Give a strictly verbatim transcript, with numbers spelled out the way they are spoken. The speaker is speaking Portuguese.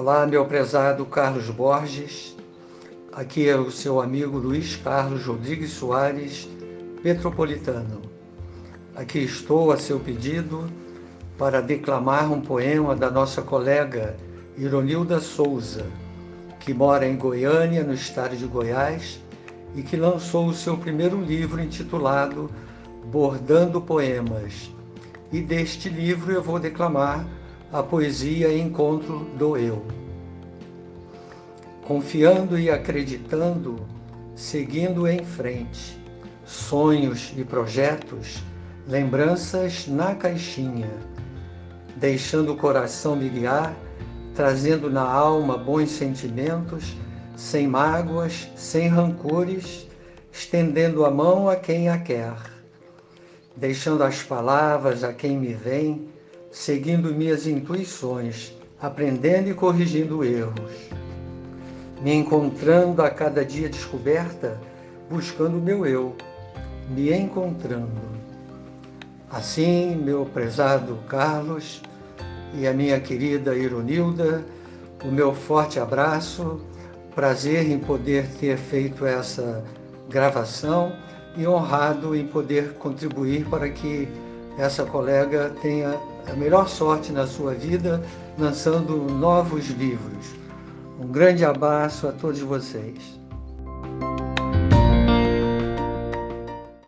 Olá, meu prezado Carlos Borges. Aqui é o seu amigo Luiz Carlos Rodrigues Soares, Metropolitano. Aqui estou a seu pedido para declamar um poema da nossa colega Ironilda Souza, que mora em Goiânia, no estado de Goiás, e que lançou o seu primeiro livro intitulado Bordando Poemas. E deste livro eu vou declamar a poesia Encontro do Eu. Confiando e acreditando, seguindo em frente, sonhos e projetos, lembranças na caixinha, deixando o coração me guiar, trazendo na alma bons sentimentos, sem mágoas, sem rancores, estendendo a mão a quem a quer, deixando as palavras a quem me vem, seguindo minhas intuições, aprendendo e corrigindo erros, me encontrando a cada dia descoberta, buscando o meu eu, me encontrando. Assim, meu prezado Carlos e a minha querida Ironilda, o meu forte abraço, prazer em poder ter feito essa gravação e honrado em poder contribuir para que essa colega tenha a melhor sorte na sua vida, lançando novos livros. Um grande abraço a todos vocês.